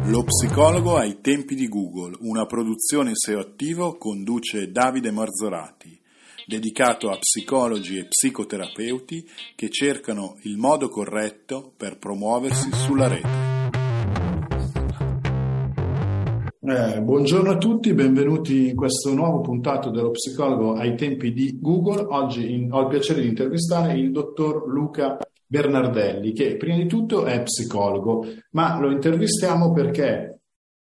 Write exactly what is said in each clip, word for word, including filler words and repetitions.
Lo psicologo ai tempi di Google, una produzione S E O attivo, conduce Davide Marzorati, dedicato a psicologi e psicoterapeuti che cercano il modo corretto per promuoversi sulla rete. Eh, buongiorno a tutti, benvenuti in questo nuovo puntato dello psicologo ai tempi di Google. Oggi in, ho il piacere di intervistare il dottor Luca Bernardelli, che prima di tutto è psicologo, ma lo intervistiamo perché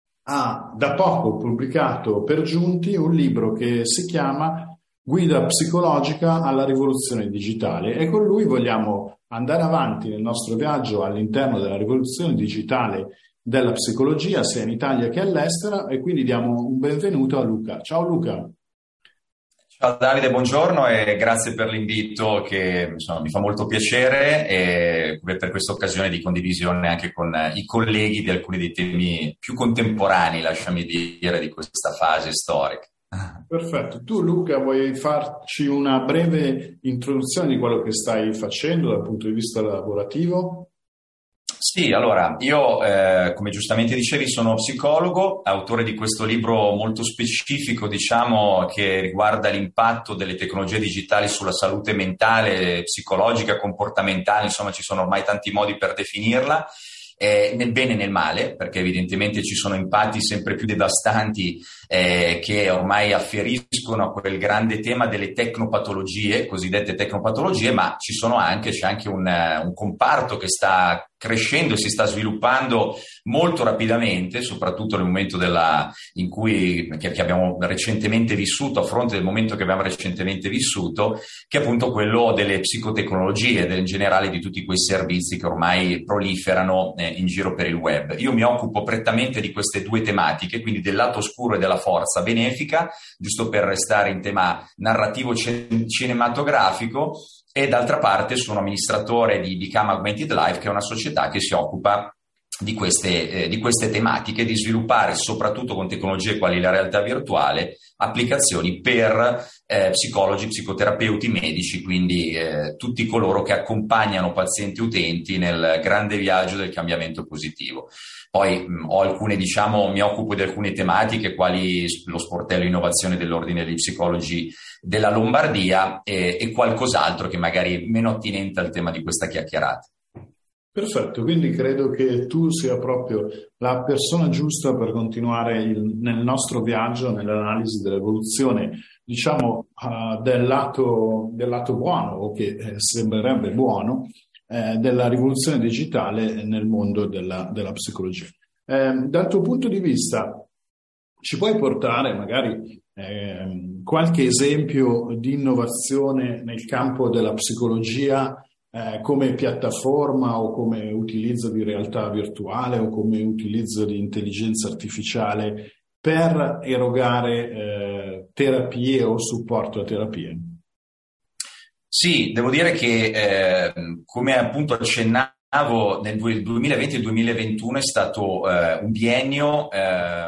ha da poco pubblicato per Giunti un libro che si chiama Guida psicologica alla rivoluzione digitale, e con lui vogliamo andare avanti nel nostro viaggio all'interno della rivoluzione digitale della psicologia, sia in Italia che all'estero, e quindi diamo un benvenuto a Luca. Ciao Luca. Ciao Davide, buongiorno e grazie per l'invito che insomma, mi fa molto piacere, e per questa occasione di condivisione anche con i colleghi di alcuni dei temi più contemporanei, lasciami dire, di questa fase storica. Perfetto. Tu Luca vuoi farci una breve introduzione di quello che stai facendo dal punto di vista lavorativo? Sì, allora, io, eh, come giustamente dicevi, sono psicologo, autore di questo libro molto specifico, diciamo, che riguarda l'impatto delle tecnologie digitali sulla salute mentale, psicologica, comportamentale, insomma, ci sono ormai tanti modi per definirla, eh, nel bene e nel male, perché evidentemente ci sono impatti sempre più devastanti eh, che ormai afferiscono a quel grande tema delle tecnopatologie, cosiddette tecnopatologie, ma ci sono anche, c'è anche un, un comparto che sta crescendo e si sta sviluppando molto rapidamente, soprattutto nel momento della, in cui, che, che abbiamo recentemente vissuto, a fronte del momento che abbiamo recentemente vissuto, che è appunto quello delle psicotecnologie, in generale di tutti quei servizi che ormai proliferano eh, in giro per il web. Io mi occupo prettamente di queste due tematiche, quindi del lato oscuro e della forza benefica, giusto per restare in tema narrativo cinematografico, e d'altra parte sono amministratore di Become Augmented Life, che è una società che si occupa di queste, eh, di queste tematiche, di sviluppare soprattutto con tecnologie quali la realtà virtuale applicazioni per eh, psicologi, psicoterapeuti, medici, quindi eh, tutti coloro che accompagnano pazienti utenti nel grande viaggio del cambiamento positivo. Poi mh, ho alcune, diciamo, mi occupo di alcune tematiche quali lo sportello innovazione dell'Ordine degli Psicologi della Lombardia e, e qualcos'altro che magari è meno attinente al tema di questa chiacchierata. Perfetto, quindi credo che tu sia proprio la persona giusta per continuare il, nel nostro viaggio, nell'analisi dell'evoluzione, diciamo, uh, del lato, del lato buono, o che eh, sembrerebbe buono, eh, della rivoluzione digitale nel mondo della, della psicologia. Eh, dal tuo punto di vista, ci puoi portare magari eh, qualche esempio di innovazione nel campo della psicologia, Eh, come piattaforma o come utilizzo di realtà virtuale o come utilizzo di intelligenza artificiale per erogare eh, terapie o supporto a terapie? Sì, devo dire che eh, come appunto accennavo, nel duemilaventi e il duemilaventuno è stato eh, un biennio, eh,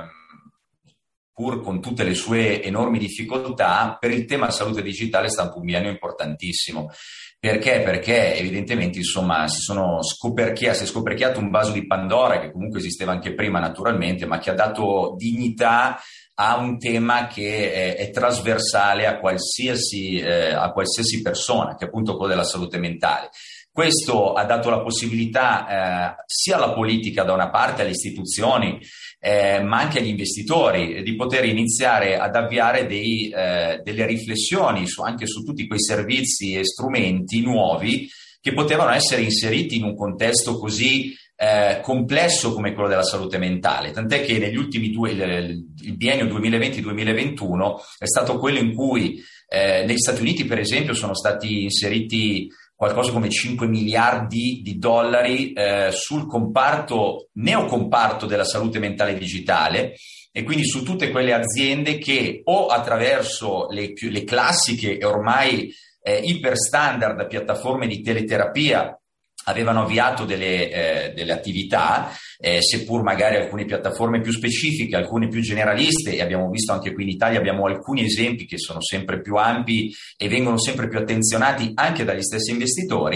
pur con tutte le sue enormi difficoltà, per il tema salute digitale è stato un biennio importantissimo. Perché? Perché evidentemente, insomma, si sono scoperchiati, si è scoperchiato un vaso di Pandora che comunque esisteva anche prima naturalmente, ma che ha dato dignità a un tema che è, è trasversale a qualsiasi, eh, a qualsiasi persona, che è appunto quello della salute mentale. Questo ha dato la possibilità eh, sia alla politica da una parte, alle istituzioni, eh, ma anche agli investitori, di poter iniziare ad avviare dei, eh, delle riflessioni su, anche su tutti quei servizi e strumenti nuovi che potevano essere inseriti in un contesto così eh, complesso come quello della salute mentale. Tant'è che negli ultimi due, il, il biennio duemilaventi duemilaventuno è stato quello in cui eh, negli Stati Uniti, per esempio, sono stati inseriti qualcosa come cinque miliardi di dollari eh, sul comparto, neocomparto della salute mentale digitale, e quindi su tutte quelle aziende che o attraverso le, le classiche e ormai eh, iper standard piattaforme di teleterapia avevano avviato delle, eh, delle attività, eh, seppur magari alcune piattaforme più specifiche, alcune più generaliste, e abbiamo visto anche qui in Italia, abbiamo alcuni esempi che sono sempre più ampi e vengono sempre più attenzionati anche dagli stessi investitori,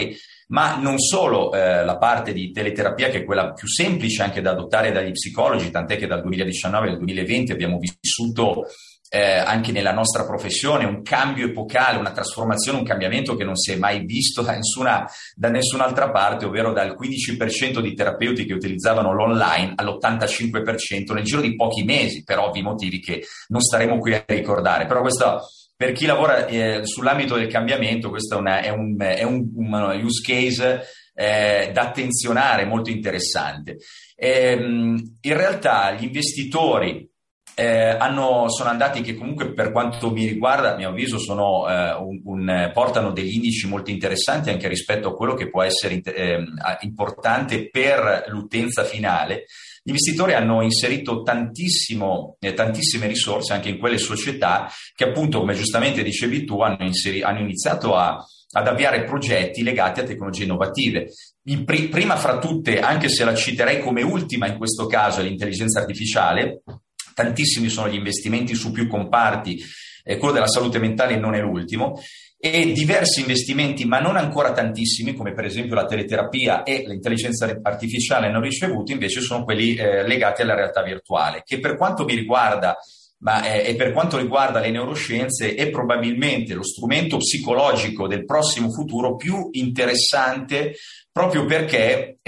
ma non solo eh, la parte di teleterapia, che è quella più semplice anche da adottare dagli psicologi, tant'è che dal duemiladiciannove al duemilaventi abbiamo vissuto Eh, anche nella nostra professione un cambio epocale, una trasformazione, un cambiamento che non si è mai visto da nessuna, da nessun'altra parte, ovvero dal quindici per cento di terapeuti che utilizzavano l'online all'ottantacinque per cento nel giro di pochi mesi, per ovvi motivi che non staremo qui a ricordare. Però questo, per chi lavora eh, sull'ambito del cambiamento, questo è, una, è, un, è un, un use case eh, da attenzionare, molto interessante. Eh, in realtà gli investitori Eh, hanno, sono andati, che comunque per quanto mi riguarda, a mio avviso, sono, eh, un, un, portano degli indici molto interessanti anche rispetto a quello che può essere eh, importante per l'utenza finale. Gli investitori hanno inserito tantissimo, eh, tantissime risorse anche in quelle società che, appunto, come giustamente dicevi tu, hanno, inseri- hanno iniziato a, ad avviare progetti legati a tecnologie innovative. In pri- prima fra tutte, anche se la citerei come ultima in questo caso, è l'intelligenza artificiale. Tantissimi sono gli investimenti su più comparti, eh, quello della salute mentale non è l'ultimo, e diversi investimenti, ma non ancora tantissimi, come per esempio la teleterapia e l'intelligenza artificiale non ricevuti, invece sono quelli eh, legati alla realtà virtuale, che per quanto mi riguarda, ma eh, e per quanto riguarda le neuroscienze, è probabilmente lo strumento psicologico del prossimo futuro più interessante, proprio perché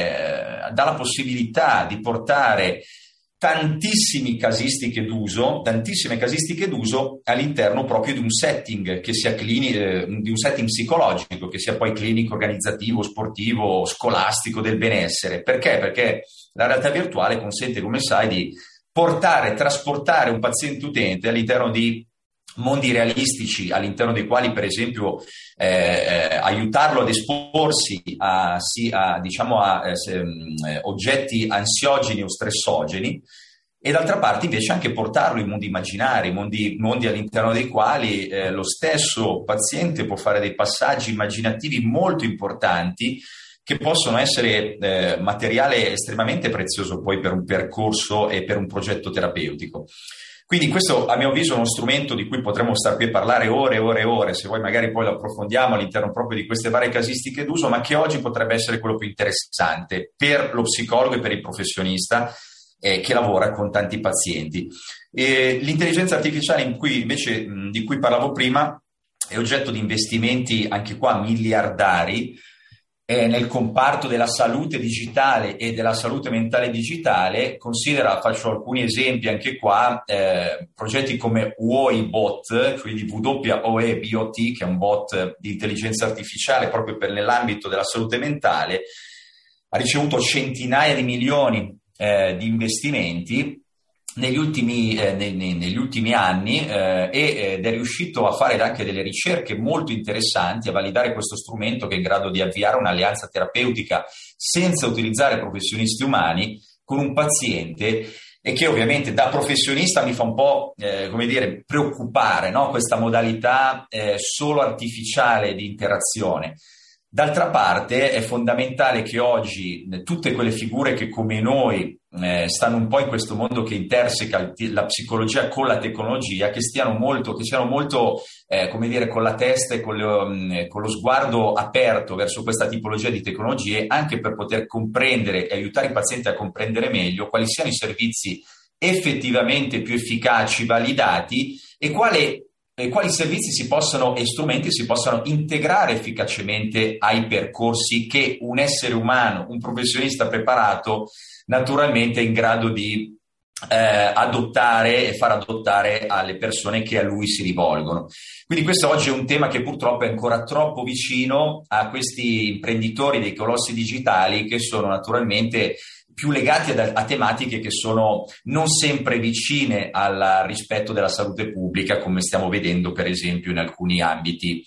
eh, dà la possibilità di portare tantissime casistiche d'uso, tantissime casistiche d'uso all'interno proprio di un setting che sia clini, eh, di un setting psicologico, che sia poi clinico, organizzativo, sportivo, scolastico, del benessere. Perché? Perché la realtà virtuale consente, come sai, di portare, trasportare un paziente utente all'interno di mondi realistici, all'interno dei quali, per esempio, eh, eh, aiutarlo ad esporsi a, sì, a, diciamo a eh, se, eh, oggetti ansiogeni o stressogeni, e d'altra parte invece anche portarlo in mondi immaginari, mondi, mondi all'interno dei quali eh, lo stesso paziente può fare dei passaggi immaginativi molto importanti, che possono essere eh, materiale estremamente prezioso poi per un percorso e per un progetto terapeutico. Quindi questo, a mio avviso, è uno strumento di cui potremmo star qui a parlare ore e ore e ore, se vuoi magari poi lo approfondiamo all'interno proprio di queste varie casistiche d'uso, ma che oggi potrebbe essere quello più interessante per lo psicologo e per il professionista eh, che lavora con tanti pazienti. E l'intelligenza artificiale, in cui invece mh, di cui parlavo prima, è oggetto di investimenti anche qua miliardari, Eh, nel comparto della salute digitale e della salute mentale digitale. Considera, faccio alcuni esempi anche qua, eh, progetti come WOEBot, quindi W O E B O T, che è un bot di intelligenza artificiale proprio per nell'ambito della salute mentale, ha ricevuto centinaia di milioni eh, di investimenti negli ultimi, eh, nei, nei, negli ultimi anni eh, ed è riuscito a fare anche delle ricerche molto interessanti, a validare questo strumento che è in grado di avviare un'alleanza terapeutica senza utilizzare professionisti umani con un paziente, e che ovviamente da professionista mi fa un po' eh, come dire preoccupare, no? Questa modalità eh, solo artificiale di interazione. D'altra parte è fondamentale che oggi tutte quelle figure che come noi eh, stanno un po' in questo mondo che interseca la psicologia con la tecnologia, che stiano molto, che siano molto eh, come dire con la testa e con lo, eh, con lo sguardo aperto verso questa tipologia di tecnologie, anche per poter comprendere e aiutare i pazienti a comprendere meglio quali siano i servizi effettivamente più efficaci, validati, e quale e quali servizi si possono e strumenti si possano integrare efficacemente ai percorsi che un essere umano, un professionista preparato, naturalmente è in grado di eh, adottare e far adottare alle persone che a lui si rivolgono. Quindi questo oggi è un tema che purtroppo è ancora troppo vicino a questi imprenditori dei colossi digitali, che sono naturalmente più legati a, a tematiche che sono non sempre vicine al rispetto della salute pubblica, come stiamo vedendo per esempio in alcuni ambiti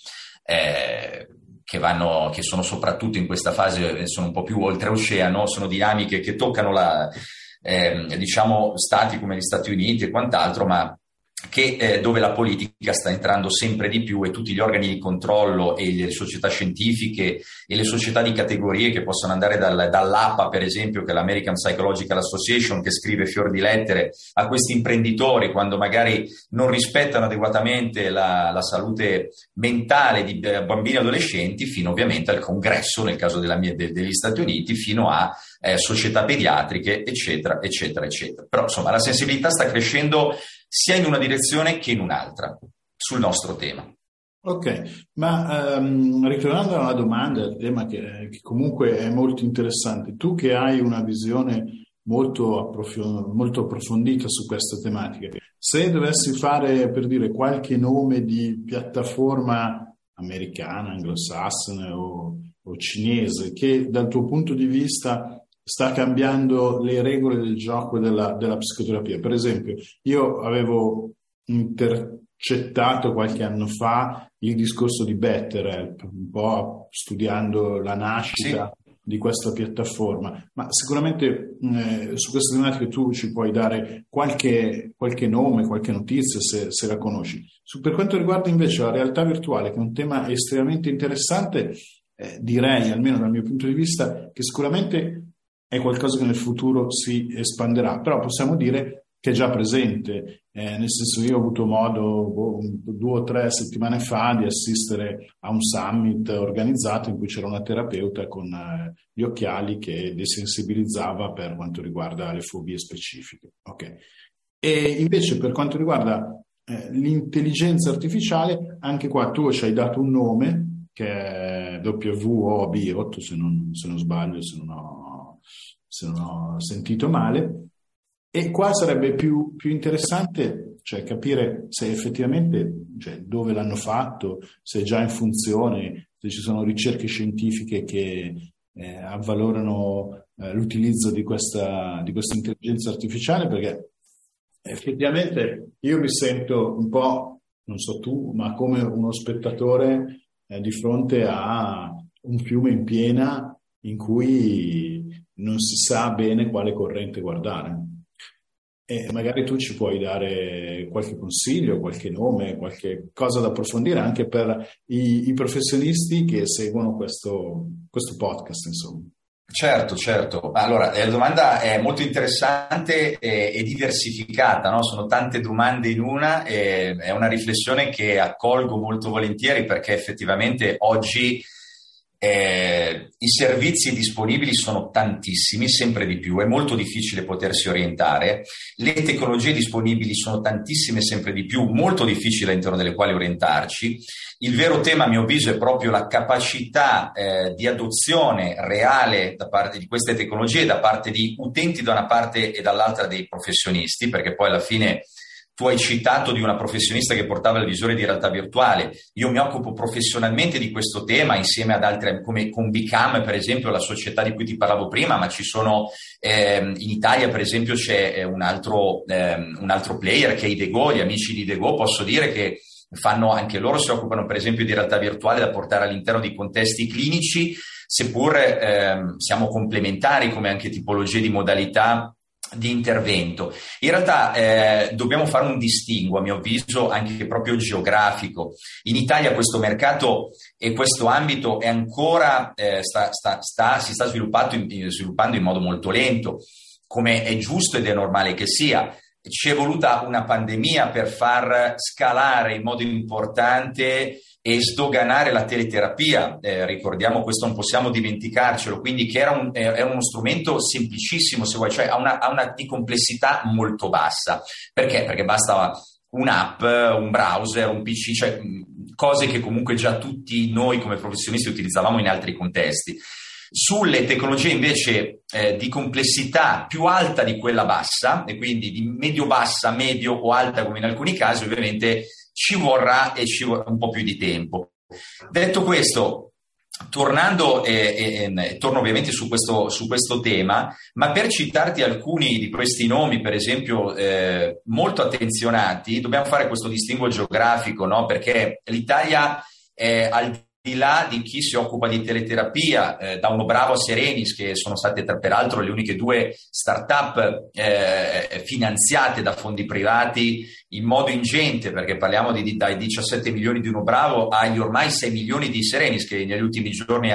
eh, che vanno, che sono soprattutto in questa fase, sono un po' più oltreoceano, sono dinamiche che toccano la, eh, diciamo stati come gli Stati Uniti e quant'altro, ma che eh, dove la politica sta entrando sempre di più e tutti gli organi di controllo e le società scientifiche e le società di categorie che possono andare dal, dall'A P A, per esempio, che è l'American Psychological Association, che scrive fior di lettere a questi imprenditori quando magari non rispettano adeguatamente la, la salute mentale di eh, bambini e adolescenti, fino ovviamente al Congresso, nel caso della mia, de, degli Stati Uniti, fino a eh, società pediatriche, eccetera, eccetera, eccetera. Però insomma la sensibilità sta crescendo sia in una direzione che in un'altra sul nostro tema. Ok, ma um, ritornando alla domanda, al tema che, che comunque è molto interessante, tu che hai una visione molto, approf- molto approfondita su queste tematiche, se dovessi fare, per dire, qualche nome di piattaforma americana, anglosassone o, o cinese che dal tuo punto di vista sta cambiando le regole del gioco della, della psicoterapia. Per esempio, io avevo intercettato qualche anno fa il discorso di BetterHelp, un po' studiando la nascita sì. di questa piattaforma, ma sicuramente eh, su queste tematiche tu ci puoi dare qualche, qualche nome, qualche notizia se, se la conosci. Su, per quanto riguarda invece la realtà virtuale, che è un tema estremamente interessante, eh, direi, almeno dal mio punto di vista, che sicuramente è qualcosa che nel futuro si espanderà, però possiamo dire che è già presente, eh, nel senso io ho avuto modo boh, due o tre settimane fa di assistere a un summit organizzato in cui c'era una terapeuta con eh, gli occhiali che desensibilizzava per quanto riguarda le fobie specifiche. Okay. E invece per quanto riguarda eh, l'intelligenza artificiale, anche qua tu ci hai dato un nome che è W O B otto, se non, se non sbaglio, se non ho se non ho sentito male, e qua sarebbe più, più interessante, cioè capire se effettivamente, cioè, dove l'hanno fatto, se è già in funzione, se ci sono ricerche scientifiche che eh, avvalorano eh, l'utilizzo di questa, di questa intelligenza artificiale, perché effettivamente io mi sento un po', non so tu, ma come uno spettatore eh, di fronte a un fiume in piena in cui non si sa bene quale corrente guardare. E magari tu ci puoi dare qualche consiglio, qualche nome, qualche cosa da approfondire anche per i, i professionisti che seguono questo, questo podcast, insomma. Certo, certo. Allora, la domanda è molto interessante e, e diversificata, no? Sono tante domande in una, e è una riflessione che accolgo molto volentieri, perché effettivamente oggi Eh, i servizi disponibili sono tantissimi, sempre di più, è molto difficile potersi orientare, le tecnologie disponibili sono tantissime, sempre di più, molto difficile all'interno delle quali orientarci. Il vero tema, a mio avviso, è proprio la capacità eh, di adozione reale da parte di queste tecnologie, da parte di utenti da una parte e dall'altra dei professionisti, perché poi alla fine tu hai citato di una professionista che portava il visore di realtà virtuale. Io mi occupo professionalmente di questo tema insieme ad altre, come con Bicam, per esempio, la società di cui ti parlavo prima, ma ci sono ehm, in Italia, per esempio, c'è un altro, ehm, un altro player che è IDEGO. Gli amici di IDEGO, posso dire che fanno, anche loro si occupano per esempio di realtà virtuale da portare all'interno di contesti clinici, seppur ehm, siamo complementari come anche tipologie di modalità di intervento. In realtà eh, dobbiamo fare un distinguo, a mio avviso, anche proprio geografico. In Italia questo mercato e questo ambito è ancora eh, sta, sta, sta, si sta sviluppando in, sviluppando in modo molto lento, come è giusto ed è normale che sia. Ci è voluta una pandemia per far scalare in modo importante e sdoganare la teleterapia, eh, ricordiamo questo, non possiamo dimenticarcelo, quindi che era, un, eh, era uno strumento semplicissimo, se vuoi, cioè ha una, ha una di complessità molto bassa. Perché? Perché bastava un'app, un browser, un P C, cioè cose che comunque già tutti noi come professionisti utilizzavamo in altri contesti. Sulle tecnologie invece eh, di complessità più alta di quella bassa, e quindi di medio-bassa, medio o alta come in alcuni casi, ovviamente ci vorrà e ci vorrà un po' più di tempo. Detto questo, tornando, eh, eh, torno ovviamente su questo, su questo tema, ma per citarti alcuni di questi nomi, per esempio, eh, molto attenzionati, dobbiamo fare questo distinguo geografico, no? Perché l'Italia è al di là di chi si occupa di teleterapia, eh, da Uno Bravo a Serenis, che sono state tra, peraltro le uniche due start-up eh, finanziate da fondi privati in modo ingente, perché parliamo di, di, dai diciassette milioni di Uno Bravo agli ormai sei milioni di Serenis, che negli ultimi giorni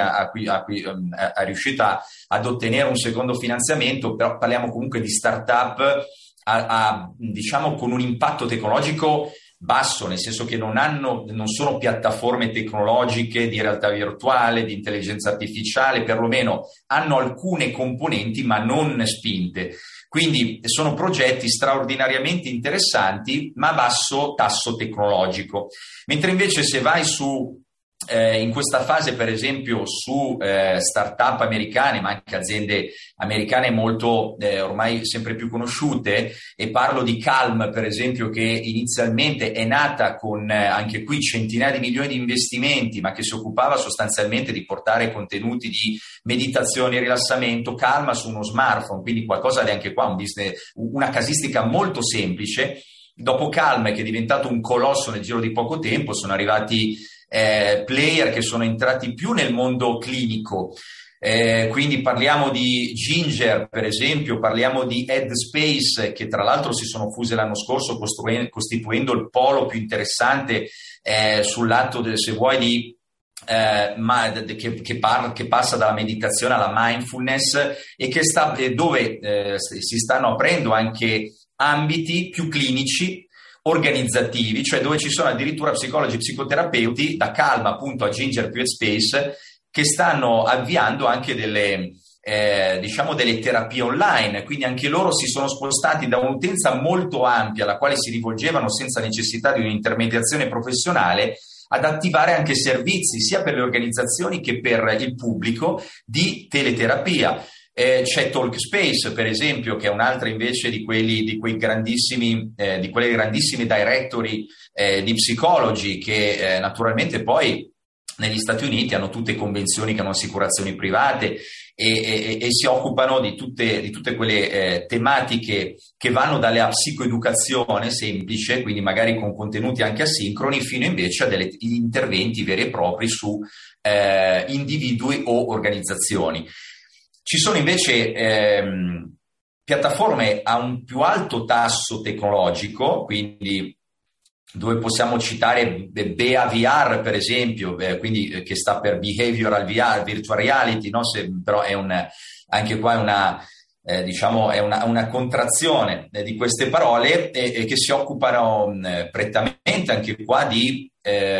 è riuscita ad ottenere un secondo finanziamento. Però parliamo comunque di start-up a, a, diciamo con un impatto tecnologico basso, nel senso che non hanno, non sono piattaforme tecnologiche di realtà virtuale, di intelligenza artificiale, perlomeno hanno alcune componenti ma non spinte. Quindi sono progetti straordinariamente interessanti ma a basso tasso tecnologico. Mentre invece se vai su Eh, in questa fase, per esempio, su eh, start-up americane, ma anche aziende americane molto eh, ormai sempre più conosciute, e parlo di Calm, per esempio, che inizialmente è nata con eh, anche qui centinaia di milioni di investimenti, ma che si occupava sostanzialmente di portare contenuti di meditazione e rilassamento, calma su uno smartphone, quindi qualcosa di anche qua, un business, una casistica molto semplice. Dopo Calm, che è diventato un colosso nel giro di poco tempo, sono arrivati Eh, player che sono entrati più nel mondo clinico, eh, quindi parliamo di Ginger, per esempio, parliamo di Headspace, che tra l'altro si sono fuse l'anno scorso costituendo il polo più interessante eh, sul lato del, se vuoi, di Eh, ma, che, che, par, che passa dalla meditazione alla mindfulness, e che sta, eh, dove eh, si stanno aprendo anche ambiti più clinici, organizzativi, cioè dove ci sono addirittura psicologi e psicoterapeuti, da Calm appunto a Ginger più Headspace, che stanno avviando anche delle eh, diciamo delle terapie online, quindi anche loro si sono spostati da un'utenza molto ampia alla quale si rivolgevano senza necessità di un'intermediazione professionale, ad attivare anche servizi sia per le organizzazioni che per il pubblico di teleterapia. Eh, c'è Talkspace, per esempio, che è un'altra invece di quelli di quei grandissimi eh, di quelle grandissime directory eh, di psicologi che eh, naturalmente poi negli Stati Uniti hanno tutte convenzioni che hanno assicurazioni private e, e, e si occupano di tutte, di tutte quelle eh, tematiche che vanno dalla psicoeducazione semplice, quindi magari con contenuti anche asincroni, fino invece a degli interventi veri e propri su eh, individui o organizzazioni. Ci sono invece ehm, piattaforme a un più alto tasso tecnologico, quindi dove possiamo citare B A V R, per esempio, eh, quindi eh, che sta per Behavioral V R, Virtual Reality, no? Se, però è un, anche qua è una, eh, diciamo, è una, una contrazione eh, di queste parole, e, e che si occupano eh, prettamente anche qua di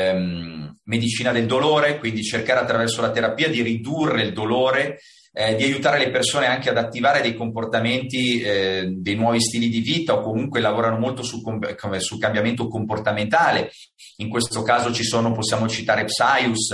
ehm, medicina del dolore, quindi cercare attraverso la terapia di ridurre il dolore, Eh, di aiutare le persone anche ad attivare dei comportamenti, eh, dei nuovi stili di vita, o comunque lavorano molto sul, sul cambiamento comportamentale. In questo caso ci sono, possiamo citare Psyus,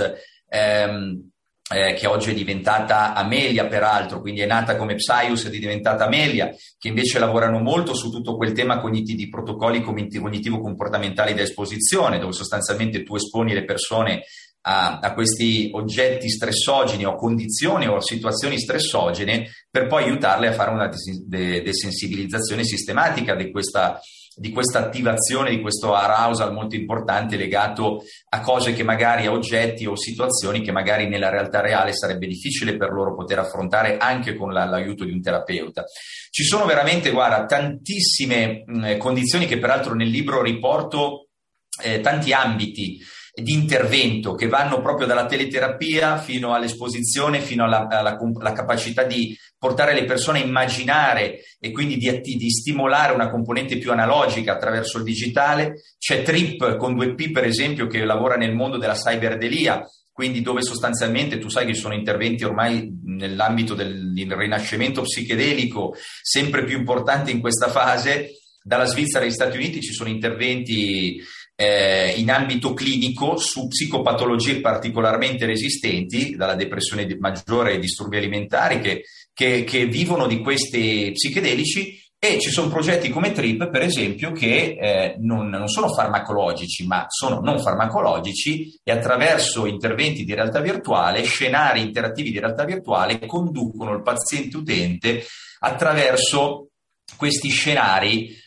ehm, eh, che oggi è diventata Amelia, peraltro, quindi è nata come Psyus ed è diventata Amelia, che invece lavorano molto su tutto quel tema cognitivi, di protocolli cognitivo-comportamentali da esposizione, dove sostanzialmente tu esponi le persone A, a questi oggetti stressogeni o condizioni o situazioni stressogene, per poi aiutarle a fare una desensibilizzazione sistematica di questa, di questa attivazione, di questo arousal molto importante legato a cose che magari, a oggetti o situazioni che magari nella realtà reale sarebbe difficile per loro poter affrontare anche con la, l'aiuto di un terapeuta. Ci sono veramente, guarda, tantissime mh, condizioni che peraltro nel libro riporto, eh, tanti ambiti di intervento che vanno proprio dalla teleterapia fino all'esposizione, fino alla, alla, alla capacità di portare le persone a immaginare e quindi di, di stimolare una componente più analogica attraverso il digitale. C'è Trip con due P, per esempio, che lavora nel mondo della cyberdelia, quindi dove sostanzialmente tu sai che sono interventi ormai nell'ambito del, del rinascimento psichedelico sempre più importante in questa fase. Dalla Svizzera agli Stati Uniti ci sono interventi Eh, in ambito clinico su psicopatologie particolarmente resistenti, dalla depressione maggiore ai disturbi alimentari, che, che, che vivono di questi psichedelici, e ci sono progetti come Trip, per esempio, che eh, non, non sono farmacologici, ma sono non farmacologici, e attraverso interventi di realtà virtuale, scenari interattivi di realtà virtuale, conducono il paziente utente attraverso questi scenari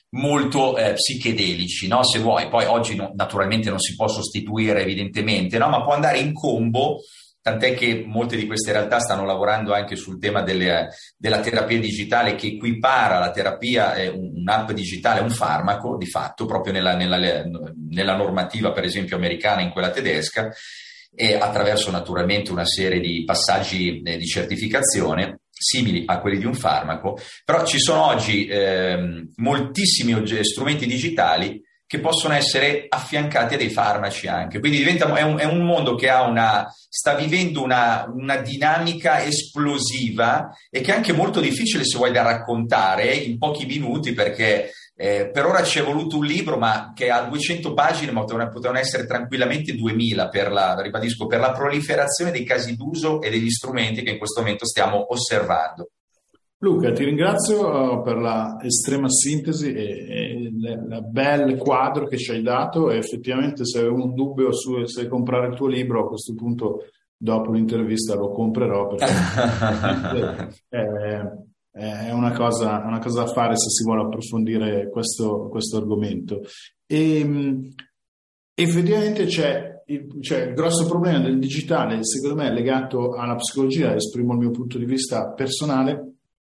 molto eh, psichedelici, no? Se vuoi, poi oggi no, naturalmente non si può sostituire evidentemente, no? Ma può andare in combo, tant'è che molte di queste realtà stanno lavorando anche sul tema delle, della terapia digitale, che equipara la terapia, eh, un'app digitale, un farmaco di fatto, proprio nella, nella, nella normativa per esempio americana, in quella tedesca, e attraverso naturalmente una serie di passaggi eh, di certificazione simili a quelli di un farmaco. Però ci sono oggi eh, moltissimi ogge- strumenti digitali che possono essere affiancati a dei farmaci anche, quindi diventa, è, un, è un mondo che ha una, sta vivendo una, una dinamica esplosiva, e che è anche molto difficile, se vuoi, da raccontare in pochi minuti, perché Eh, per ora ci è voluto un libro, ma che ha duecento pagine, ma potevano, potevano essere tranquillamente duemila, per la, ribadisco, per la proliferazione dei casi d'uso e degli strumenti che in questo momento stiamo osservando. Luca, ti ringrazio uh, per la estrema sintesi e, e il bel quadro che ci hai dato, e effettivamente se avevo un dubbio su se comprare il tuo libro, a questo punto dopo l'intervista lo comprerò, perché eh, è una cosa, una cosa da fare se si vuole approfondire questo, questo argomento. E effettivamente c'è il, c'è il grosso problema del digitale, secondo me, legato alla psicologia, esprimo il mio punto di vista personale,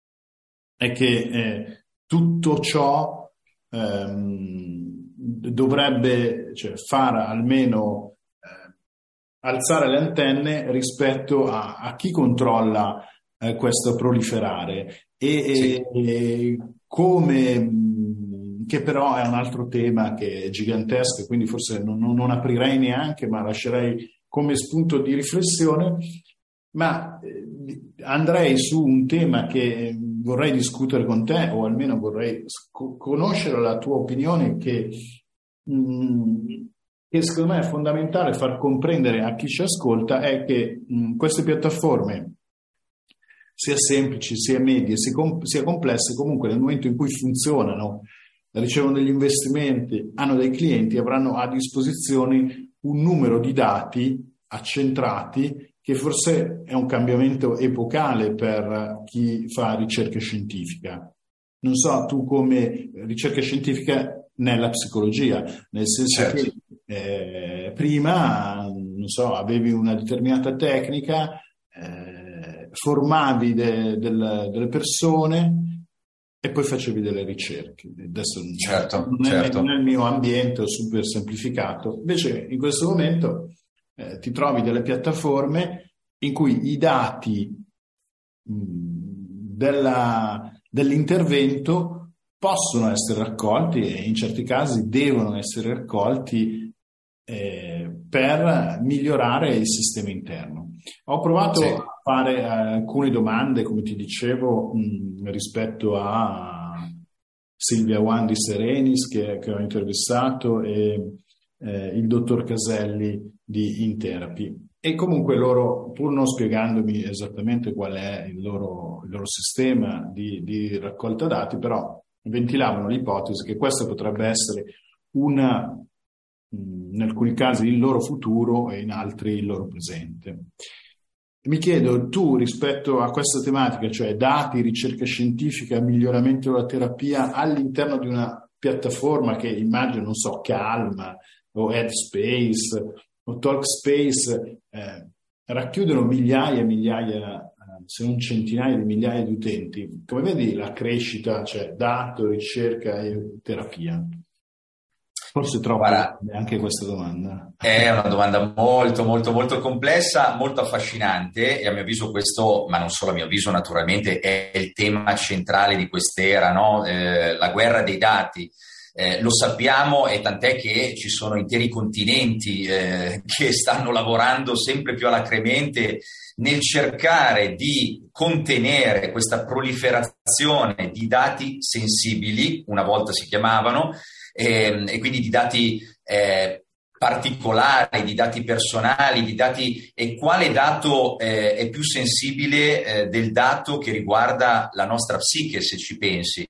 è che eh, tutto ciò ehm, dovrebbe, cioè, far almeno eh, alzare le antenne rispetto a, a chi controlla eh, questo proliferare e, sì. e, e come, che però è un altro tema che è gigantesco, quindi forse non, non aprirei neanche, ma lascerei come spunto di riflessione, ma eh, andrei su un tema che vorrei discutere con te, o almeno vorrei sc- conoscere la tua opinione, che, mh, che secondo me è fondamentale far comprendere a chi ci ascolta, è che mh, queste piattaforme, sia semplici, sia medie, sia, com- sia complesse, comunque nel momento in cui funzionano, ricevono degli investimenti, hanno dei clienti, avranno a disposizione un numero di dati accentrati, che forse è un cambiamento epocale per chi fa ricerca scientifica. Non so, tu come ricerca scientifica nella psicologia, nel senso certo. che eh, prima, non so, avevi una determinata tecnica, eh, formavi de, del, delle persone e poi facevi delle ricerche. Adesso certo, non, è, certo. non è il mio ambiente, ho super semplificato. Invece in questo momento Eh, ti trovi delle piattaforme in cui i dati mh, della, dell'intervento possono essere raccolti, e in certi casi devono essere raccolti eh, per migliorare il sistema interno. Ho provato sì. a fare eh, alcune domande, come ti dicevo, mh, rispetto a Silvia Wandi Serenis, che, che ho intervistato, e Eh, il dottor Caselli di Intherapy, e comunque loro, pur non spiegandomi esattamente qual è il loro, il loro sistema di, di raccolta dati, però ventilavano l'ipotesi che questo potrebbe essere una, mh, in alcuni casi il loro futuro e in altri il loro presente. Mi chiedo, tu rispetto a questa tematica, cioè dati, ricerca scientifica, miglioramento della terapia all'interno di una piattaforma che immagino, non so, Calma o Headspace o Talkspace, eh, racchiudono migliaia e migliaia, eh, se non centinaia di migliaia di utenti. Come vedi la crescita, cioè dato, ricerca e terapia? Forse troppo. Guarda, anche questa domanda. È una domanda molto, molto, molto complessa, molto affascinante, e a mio avviso questo, ma non solo a mio avviso naturalmente, è il tema centrale di quest'era, no? Eh, la guerra dei dati. Eh, lo sappiamo, e tant'è che ci sono interi continenti eh, che stanno lavorando sempre più alacremente nel cercare di contenere questa proliferazione di dati sensibili, una volta si chiamavano, eh, e quindi di dati eh, particolari, di dati personali, di dati, e quale dato eh, è più sensibile eh, del dato che riguarda la nostra psiche, se ci pensi.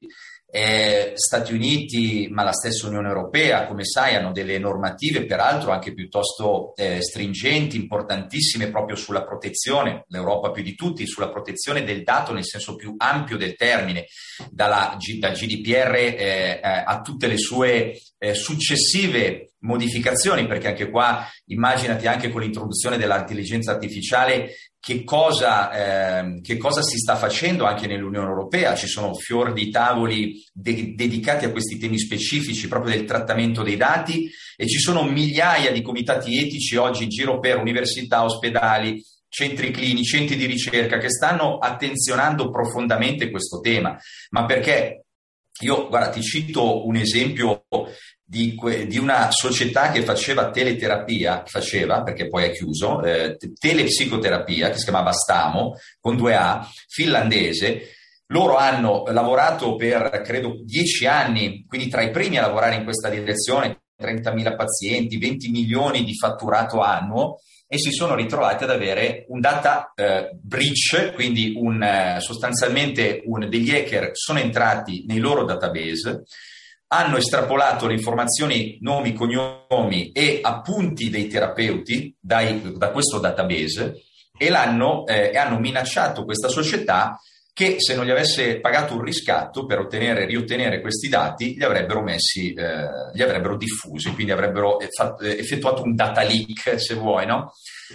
Eh, Stati Uniti, ma la stessa Unione Europea, come sai, hanno delle normative peraltro anche piuttosto eh, stringenti, importantissime proprio sulla protezione, l'Europa più di tutti, sulla protezione del dato nel senso più ampio del termine, dalla, dal G D P R eh, eh, a tutte le sue eh, successive modificazioni, perché anche qua immaginati anche con l'introduzione dell'intelligenza artificiale che cosa, eh, che cosa si sta facendo anche nell'Unione Europea. Ci sono fior di tavoli de- dedicati a questi temi specifici proprio del trattamento dei dati, e ci sono migliaia di comitati etici oggi in giro per università, ospedali, centri clinici, centri di ricerca che stanno attenzionando profondamente questo tema. Ma perché? Io, guarda, ti cito un esempio di, que- di una società che faceva teleterapia, faceva, perché poi è chiuso, eh, telepsicoterapia, che si chiamava Stamo, con due A, finlandese. Loro hanno lavorato per, credo, dieci anni, quindi tra i primi a lavorare in questa direzione, trentamila pazienti, venti milioni di fatturato annuo, e si sono ritrovati ad avere un data eh, breach, quindi un, eh, sostanzialmente un, degli hacker sono entrati nei loro database, hanno estrapolato le informazioni, nomi, cognomi e appunti dei terapeuti dai, da questo database, e l'hanno eh, e hanno minacciato questa società che se non gli avesse pagato un riscatto per ottenere riottenere questi dati li avrebbero messi, eh, li avrebbero diffusi, quindi avrebbero fatto, effettuato un data leak, se vuoi, no?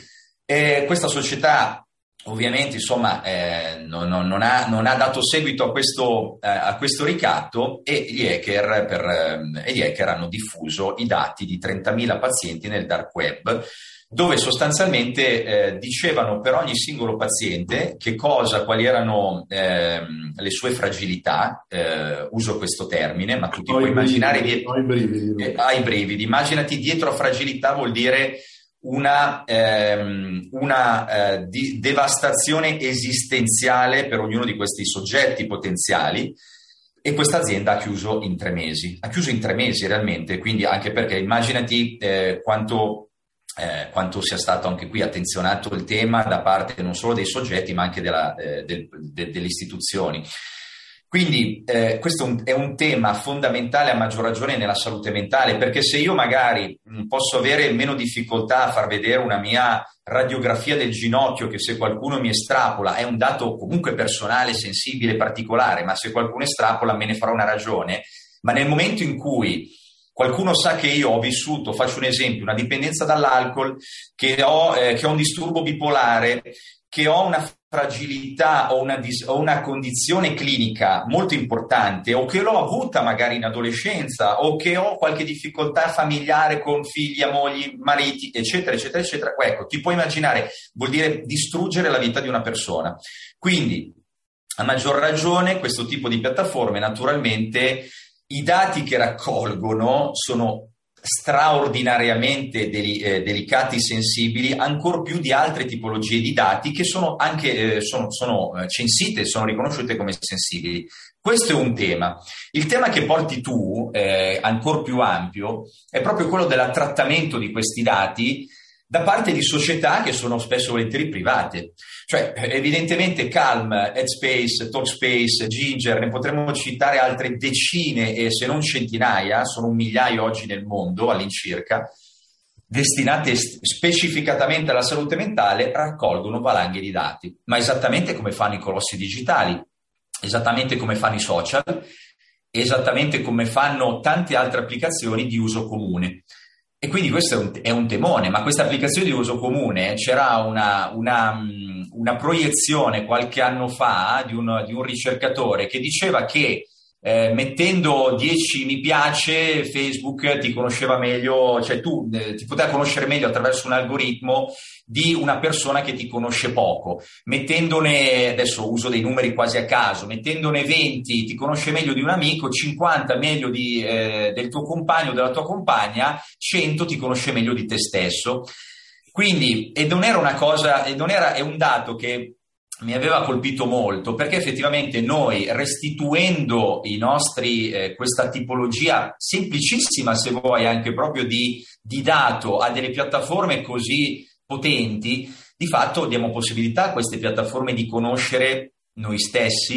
E questa società ovviamente insomma eh, non, non, non, ha, non ha dato seguito a questo, eh, a questo ricatto, e gli hacker, per, eh, gli hacker hanno diffuso i dati di trentamila pazienti nel dark web, dove sostanzialmente eh, dicevano per ogni singolo paziente che cosa, quali erano eh, le sue fragilità, eh, uso questo termine, ma tu ti puoi immaginare dietro, ai brividi, eh, ai brividi, immaginati dietro a fragilità vuol dire una, ehm, una eh, di devastazione esistenziale per ognuno di questi soggetti potenziali. E questa azienda ha chiuso in tre mesi, ha chiuso in tre mesi realmente, quindi anche perché immaginati eh, quanto Eh, quanto sia stato anche qui attenzionato il tema da parte non solo dei soggetti ma anche della, eh, del, de, delle istituzioni. Quindi eh, questo è un, è un tema fondamentale, a maggior ragione nella salute mentale, perché se io magari mh, posso avere meno difficoltà a far vedere una mia radiografia del ginocchio, che se qualcuno mi estrapola è un dato comunque personale, sensibile, particolare, ma se qualcuno estrapola me ne farà una ragione, ma nel momento in cui qualcuno sa che io ho vissuto, faccio un esempio, una dipendenza dall'alcol, che ho, eh, che ho un disturbo bipolare, che ho una fragilità o una, dis- o una condizione clinica molto importante, o che l'ho avuta magari in adolescenza, o che ho qualche difficoltà familiare con figli, mogli, mariti, eccetera, eccetera, eccetera. Ecco, ti puoi immaginare, vuol dire distruggere la vita di una persona. Quindi, a maggior ragione, questo tipo di piattaforme, naturalmente, i dati che raccolgono sono straordinariamente deli, eh, delicati, sensibili, ancor più di altre tipologie di dati che sono anche eh, sono, sono censite, sono riconosciute come sensibili. Questo è un tema. Il tema che porti tu, eh, ancor più ampio, è proprio quello del trattamento di questi dati da parte di società che sono spesso volentieri private. Cioè, evidentemente Calm, Headspace, Talkspace, Ginger, ne potremmo citare altre decine e se non centinaia, sono un migliaio oggi nel mondo all'incirca, destinate specificatamente alla salute mentale, raccolgono valanghe di dati. Ma esattamente come fanno i colossi digitali, esattamente come fanno i social, esattamente come fanno tante altre applicazioni di uso comune. E quindi questo è un, è un temone, ma questa applicazione di uso comune, c'era una, una, una proiezione qualche anno fa di un, di un ricercatore che diceva che eh, mettendo dieci mi piace Facebook ti conosceva meglio, cioè tu eh, ti poteva conoscere meglio attraverso un algoritmo di una persona che ti conosce poco. Mettendone, adesso uso dei numeri quasi a caso, mettendone venti ti conosce meglio di un amico, cinquanta meglio di, eh, del tuo compagno o della tua compagna, cento ti conosce meglio di te stesso. Quindi, e non era una cosa, e non era, è un dato che mi aveva colpito molto, perché effettivamente noi, restituendo i nostri, eh, questa tipologia semplicissima, se vuoi, anche proprio di, di dato a delle piattaforme così potenti, di fatto diamo possibilità a queste piattaforme di conoscere noi stessi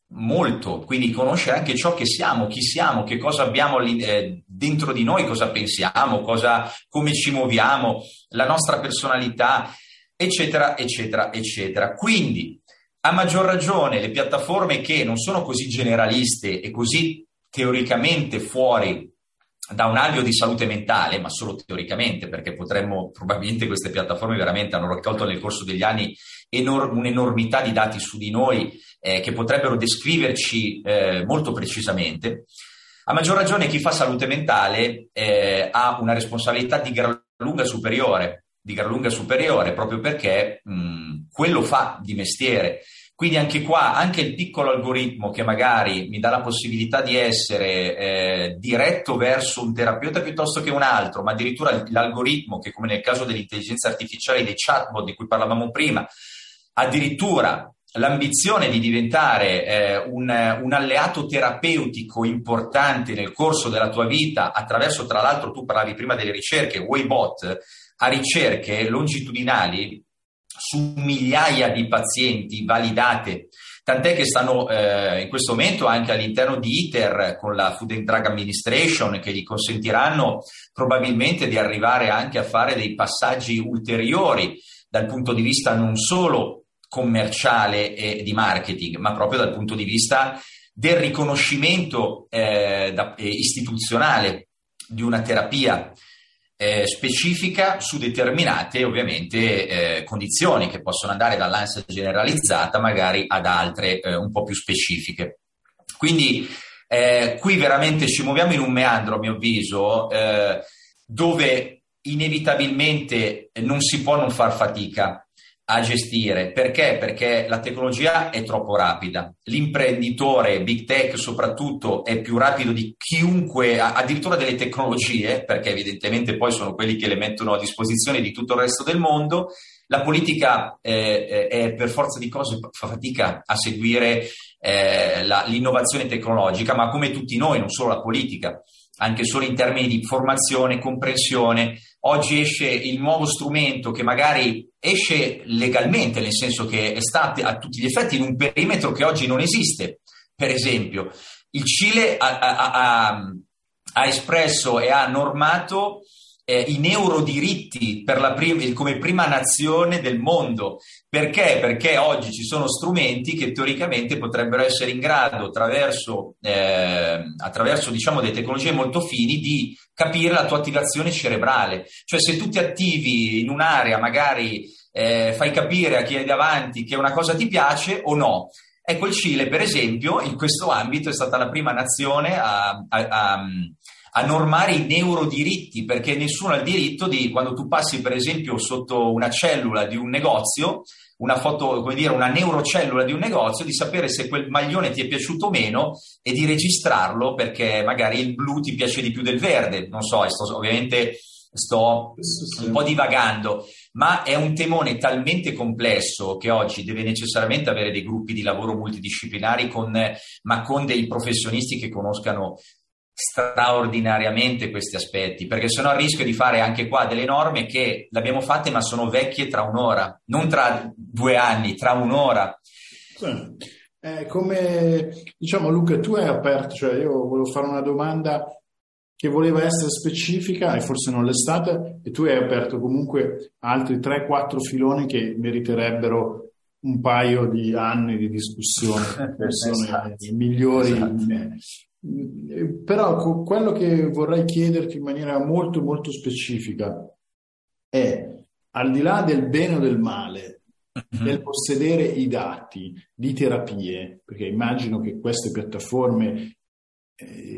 molto, quindi conoscere anche ciò che siamo, chi siamo, che cosa abbiamo eh, dentro di noi, cosa pensiamo, cosa, come ci muoviamo, la nostra personalità, eccetera, eccetera, eccetera. Quindi, a maggior ragione, le piattaforme che non sono così generaliste e così teoricamente fuori da un alveo di salute mentale, ma solo teoricamente, perché potremmo, probabilmente queste piattaforme veramente hanno raccolto nel corso degli anni enor- un'enormità di dati su di noi eh, che potrebbero descriverci eh, molto precisamente. A maggior ragione chi fa salute mentale eh, ha una responsabilità di gran lunga superiore, di gran lunga superiore proprio perché mh, quello fa di mestiere. Quindi anche qua, anche il piccolo algoritmo che magari mi dà la possibilità di essere eh, diretto verso un terapeuta piuttosto che un altro, ma addirittura l'algoritmo che, come nel caso dell'intelligenza artificiale, dei chatbot di cui parlavamo prima, addirittura l'ambizione di diventare eh, un, un alleato terapeutico importante nel corso della tua vita attraverso, tra l'altro, tu parlavi prima delle ricerche, Waybot a ricerche longitudinali su migliaia di pazienti validate, tant'è che stanno eh, in questo momento anche all'interno di ITER con la Food and Drug Administration, che gli consentiranno probabilmente di arrivare anche a fare dei passaggi ulteriori dal punto di vista non solo commerciale e di marketing, ma proprio dal punto di vista del riconoscimento eh, da, eh, istituzionale di una terapia Eh, specifica su determinate ovviamente eh, condizioni che possono andare dall'ansia generalizzata magari ad altre eh, un po' più specifiche. Quindi eh, qui veramente ci muoviamo in un meandro, a mio avviso, eh, dove inevitabilmente non si può non far fatica a gestire. Perché? Perché la tecnologia è troppo rapida. L'imprenditore, big tech soprattutto, è più rapido di chiunque, addirittura delle tecnologie, perché evidentemente poi sono quelli che le mettono a disposizione di tutto il resto del mondo. La politica eh, è per forza di cose fa fatica a seguire eh, la, l'innovazione tecnologica, ma come tutti noi, non solo la politica, anche solo in termini di formazione, comprensione. Oggi esce il nuovo strumento che magari esce legalmente, nel senso che sta a tutti gli effetti in un perimetro che oggi non esiste. Per esempio, il Cile ha, ha, ha, ha espresso e ha normato eh, i neurodiritti per la prim- come prima nazione del mondo. Perché? Perché oggi ci sono strumenti che teoricamente potrebbero essere in grado, attraverso, eh, attraverso diciamo delle tecnologie molto fini, di capire la tua attivazione cerebrale. Cioè, se tu ti attivi in un'area, magari eh, fai capire a chi hai davanti che una cosa ti piace o no. Ecco, il Cile, per esempio, in questo ambito è stata la prima nazione a, a, a a normare i neurodiritti, perché nessuno ha il diritto di, quando tu passi per esempio sotto una cellula di un negozio, una foto, come dire, una neurocellula di un negozio, di sapere se quel maglione ti è piaciuto o meno e di registrarlo, perché magari il blu ti piace di più del verde. Non so, sto, ovviamente sto un po' divagando, ma è un temone talmente complesso che oggi deve necessariamente avere dei gruppi di lavoro multidisciplinari, con, ma con dei professionisti che conoscano straordinariamente questi aspetti, perché sennò il rischio di fare anche qua delle norme che le abbiamo fatte ma sono vecchie tra un'ora, non tra due anni, tra un'ora. Sì. Eh, come diciamo, Luca, tu hai aperto, cioè io volevo fare una domanda che voleva essere specifica e forse non l'è stata, e tu hai aperto comunque altri tre quattro filoni che meriterebbero un paio di anni di discussione, persone esatto. migliori esatto. di me. Però quello che vorrei chiederti in maniera molto molto specifica è, al di là del bene o del male mm-hmm. del possedere i dati di terapie, perché immagino che queste piattaforme eh,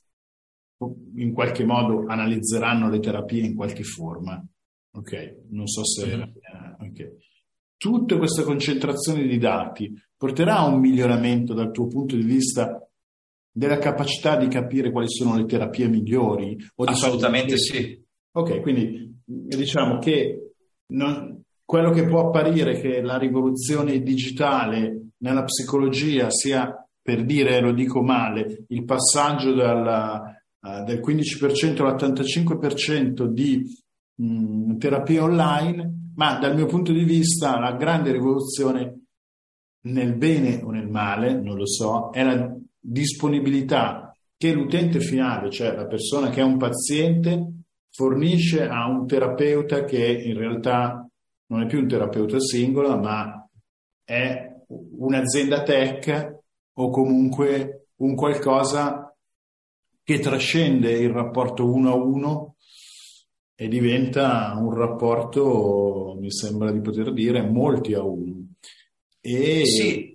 in qualche modo analizzeranno le terapie in qualche forma, ok? Non so se mm-hmm. eh, okay. Tutte queste concentrazioni di dati porterà a un miglioramento dal tuo punto di vista della capacità di capire quali sono le terapie migliori? O di Assolutamente sì. Ok, quindi diciamo che non, quello che può apparire che la rivoluzione digitale nella psicologia sia, per dire, lo dico male, il passaggio dalla, uh, del quindici per cento all'ottantacinque per cento di mh, terapie online, ma dal mio punto di vista la grande rivoluzione nel bene o nel male, non lo so, è la disponibilità che l'utente finale, cioè la persona che è un paziente, fornisce a un terapeuta che in realtà non è più un terapeuta singolo, ma è un'azienda tech o comunque un qualcosa che trascende il rapporto uno a uno e diventa un rapporto, mi sembra di poter dire, molti a uno. E, sì.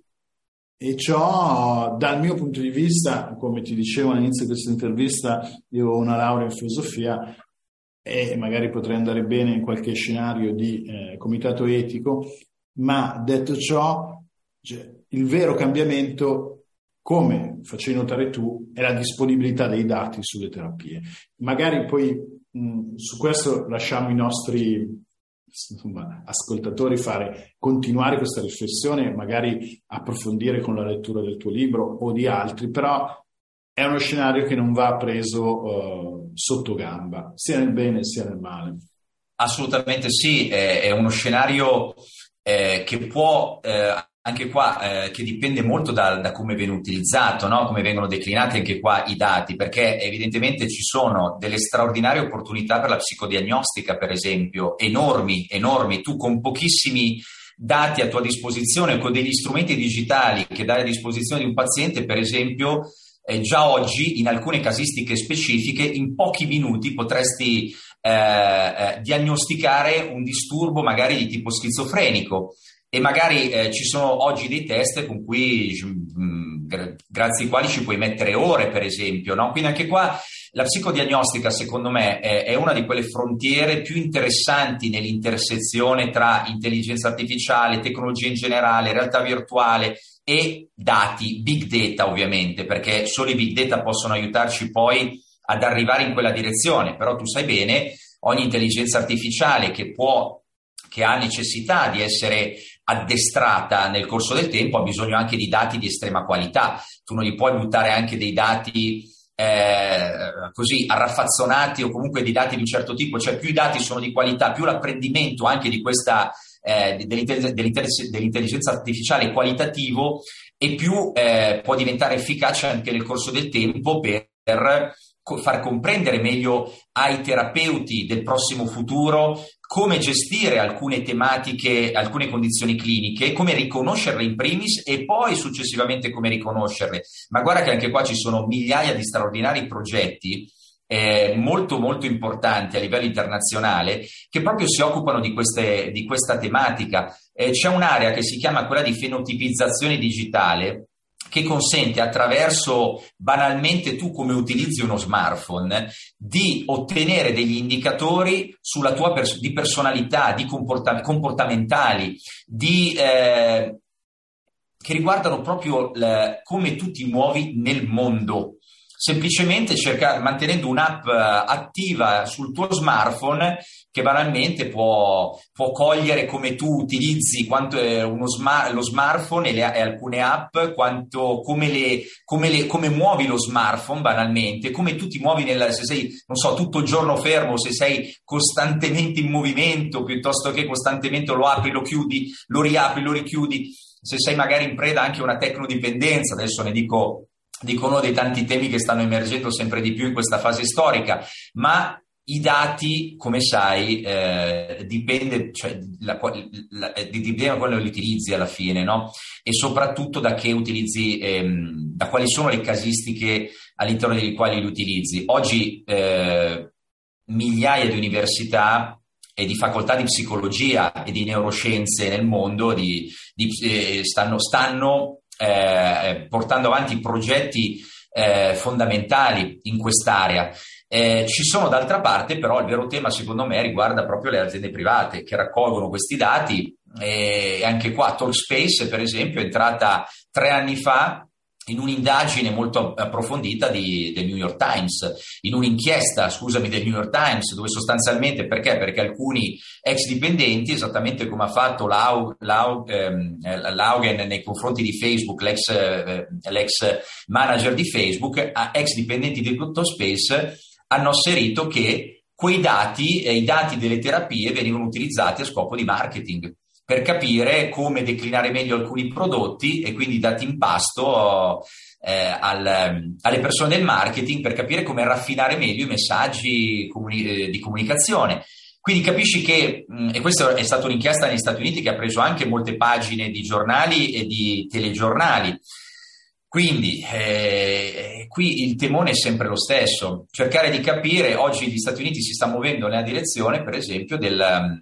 e ciò, dal mio punto di vista, come ti dicevo all'inizio di questa intervista, io ho una laurea in filosofia e magari potrei andare bene in qualche scenario di eh, comitato etico, ma detto ciò, cioè, il vero cambiamento, come facevi notare tu, è la disponibilità dei dati sulle terapie. Magari poi mh, su questo lasciamo i nostri insomma, ascoltatori fare, continuare questa riflessione, magari approfondire con la lettura del tuo libro o di altri, però è uno scenario che non va preso uh, sotto gamba, sia nel bene sia nel male. Assolutamente sì, è, è uno scenario eh, che può, eh, anche qua, eh, che dipende molto da, da come viene utilizzato, no? Come vengono declinati anche qua i dati, perché evidentemente ci sono delle straordinarie opportunità per la psicodiagnostica, per esempio, enormi, enormi. Tu con pochissimi dati a tua disposizione, con degli strumenti digitali che dai a disposizione di un paziente, per esempio, eh, già oggi in alcune casistiche specifiche, in pochi minuti potresti eh, eh, diagnosticare un disturbo magari di tipo schizofrenico. E magari eh, ci sono oggi dei test con cui, mh, gra- grazie ai quali ci puoi mettere ore, per esempio, no? Quindi anche qua la psicodiagnostica, secondo me, è, è una di quelle frontiere più interessanti nell'intersezione tra intelligenza artificiale, tecnologia in generale, realtà virtuale e dati, big data ovviamente, perché solo i big data possono aiutarci poi ad arrivare in quella direzione. Però tu sai bene, ogni intelligenza artificiale che può che ha necessità di essere addestrata nel corso del tempo ha bisogno anche di dati di estrema qualità. Tu non gli puoi buttare anche dei dati eh, così arraffazzonati o comunque di dati di un certo tipo, cioè più i dati sono di qualità, più l'apprendimento anche di questa eh, dell'intelligenza, dell'intelligenza artificiale è qualitativo e più eh, può diventare efficace anche nel corso del tempo per far comprendere meglio ai terapeuti del prossimo futuro come gestire alcune tematiche, alcune condizioni cliniche, come riconoscerle in primis e poi successivamente come riconoscerle. Ma guarda che anche qua ci sono migliaia di straordinari progetti eh, molto molto importanti a livello internazionale che proprio si occupano di, queste, di questa tematica. Eh, c'è un'area che si chiama quella di fenotipizzazione digitale, che consente attraverso, banalmente tu come utilizzi uno smartphone, di ottenere degli indicatori sulla tua pers- di personalità, di comporta- comportamentali, di, eh, che riguardano proprio l- come tu ti muovi nel mondo. Semplicemente cercare, mantenendo un'app attiva sul tuo smartphone che banalmente può, può cogliere come tu utilizzi quanto è uno smart, lo smartphone e, le, e alcune app, quanto, come, le, come, le, come muovi lo smartphone banalmente, come tu ti muovi nel, se sei, non so, tutto il giorno fermo, se sei costantemente in movimento piuttosto che costantemente lo apri, lo chiudi, lo riapri, lo richiudi, se sei magari in preda anche a una tecnodipendenza, adesso ne dico Dico uno dei tanti temi che stanno emergendo sempre di più in questa fase storica, ma i dati, come sai, eh, dipende, cioè, la, la, dipende da quello che li utilizzi alla fine, no? E soprattutto da che utilizzi, ehm, da quali sono le casistiche all'interno delle quali li utilizzi. Oggi eh, migliaia di università e di facoltà di psicologia e di neuroscienze nel mondo di, di, eh, stanno, stanno Eh, portando avanti progetti eh, fondamentali in quest'area. Eh, ci sono d'altra parte però il vero tema secondo me riguarda proprio le aziende private che raccolgono questi dati e anche qua Talkspace per esempio è entrata tre anni fa in un'indagine molto approfondita di, del New York Times, in un'inchiesta, scusami, del New York Times, dove sostanzialmente, perché? Perché alcuni ex dipendenti, esattamente come ha fatto Lau, Lau, ehm, Laugen nei confronti di Facebook, l'ex, eh, l'ex manager di Facebook, ex dipendenti di Talkspace, hanno asserito che quei dati, eh, i dati delle terapie venivano utilizzati a scopo di marketing. per capire come declinare meglio alcuni prodotti e quindi dati in pasto eh, al, alle persone del marketing per capire come raffinare meglio i messaggi comuni- di comunicazione. Quindi capisci che, e questa è stata un'inchiesta negli Stati Uniti che ha preso anche molte pagine di giornali e di telegiornali. Quindi eh, qui il temone è sempre lo stesso, cercare di capire. Oggi gli Stati Uniti si sta muovendo nella direzione, per esempio, del,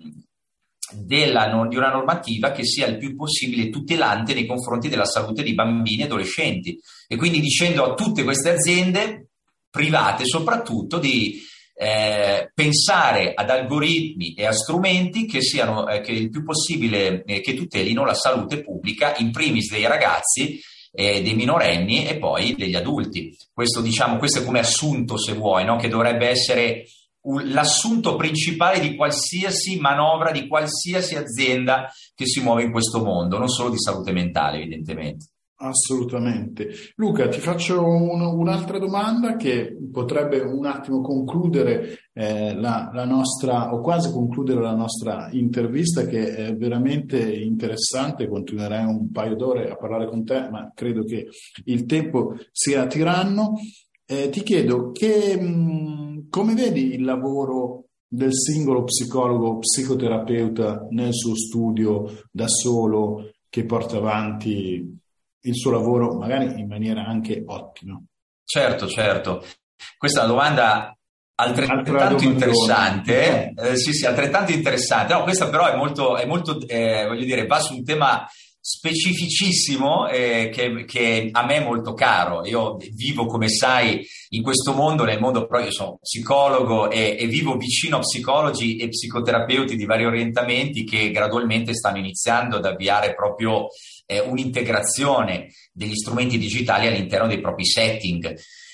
della, di una normativa che sia il più possibile tutelante nei confronti della salute di bambini e adolescenti, e quindi dicendo a tutte queste aziende private soprattutto di eh, pensare ad algoritmi e a strumenti che siano eh, che il più possibile eh, che tutelino la salute pubblica, in primis dei ragazzi, Eh, dei minorenni e poi degli adulti. Questo, diciamo, questo è come assunto, se vuoi, no? Che dovrebbe essere un, l'assunto principale di qualsiasi manovra, di qualsiasi azienda che si muove in questo mondo, non solo di salute mentale, evidentemente. Assolutamente. Luca, ti faccio un, un'altra domanda che potrebbe un attimo concludere eh, la, la nostra, o quasi concludere la nostra intervista, che è veramente interessante. Continuerei un paio d'ore a parlare con te, ma credo che il tempo sia tiranno. Eh, ti chiedo che, mh, come vedi il lavoro del singolo psicologo, psicoterapeuta nel suo studio da solo, che porta avanti il suo lavoro magari in maniera anche ottima? Certo, certo. Questa è una domanda altrettanto interessante. Eh, sì, sì, altrettanto interessante. No, questa però è molto, è molto eh, voglio dire, va su un tema specificissimo eh, che, che a me è molto caro. Io vivo, come sai, in questo mondo, nel mondo, però io sono psicologo e, e vivo vicino a psicologi e psicoterapeuti di vari orientamenti che gradualmente stanno iniziando ad avviare proprio eh, un'integrazione degli strumenti digitali all'interno dei propri setting.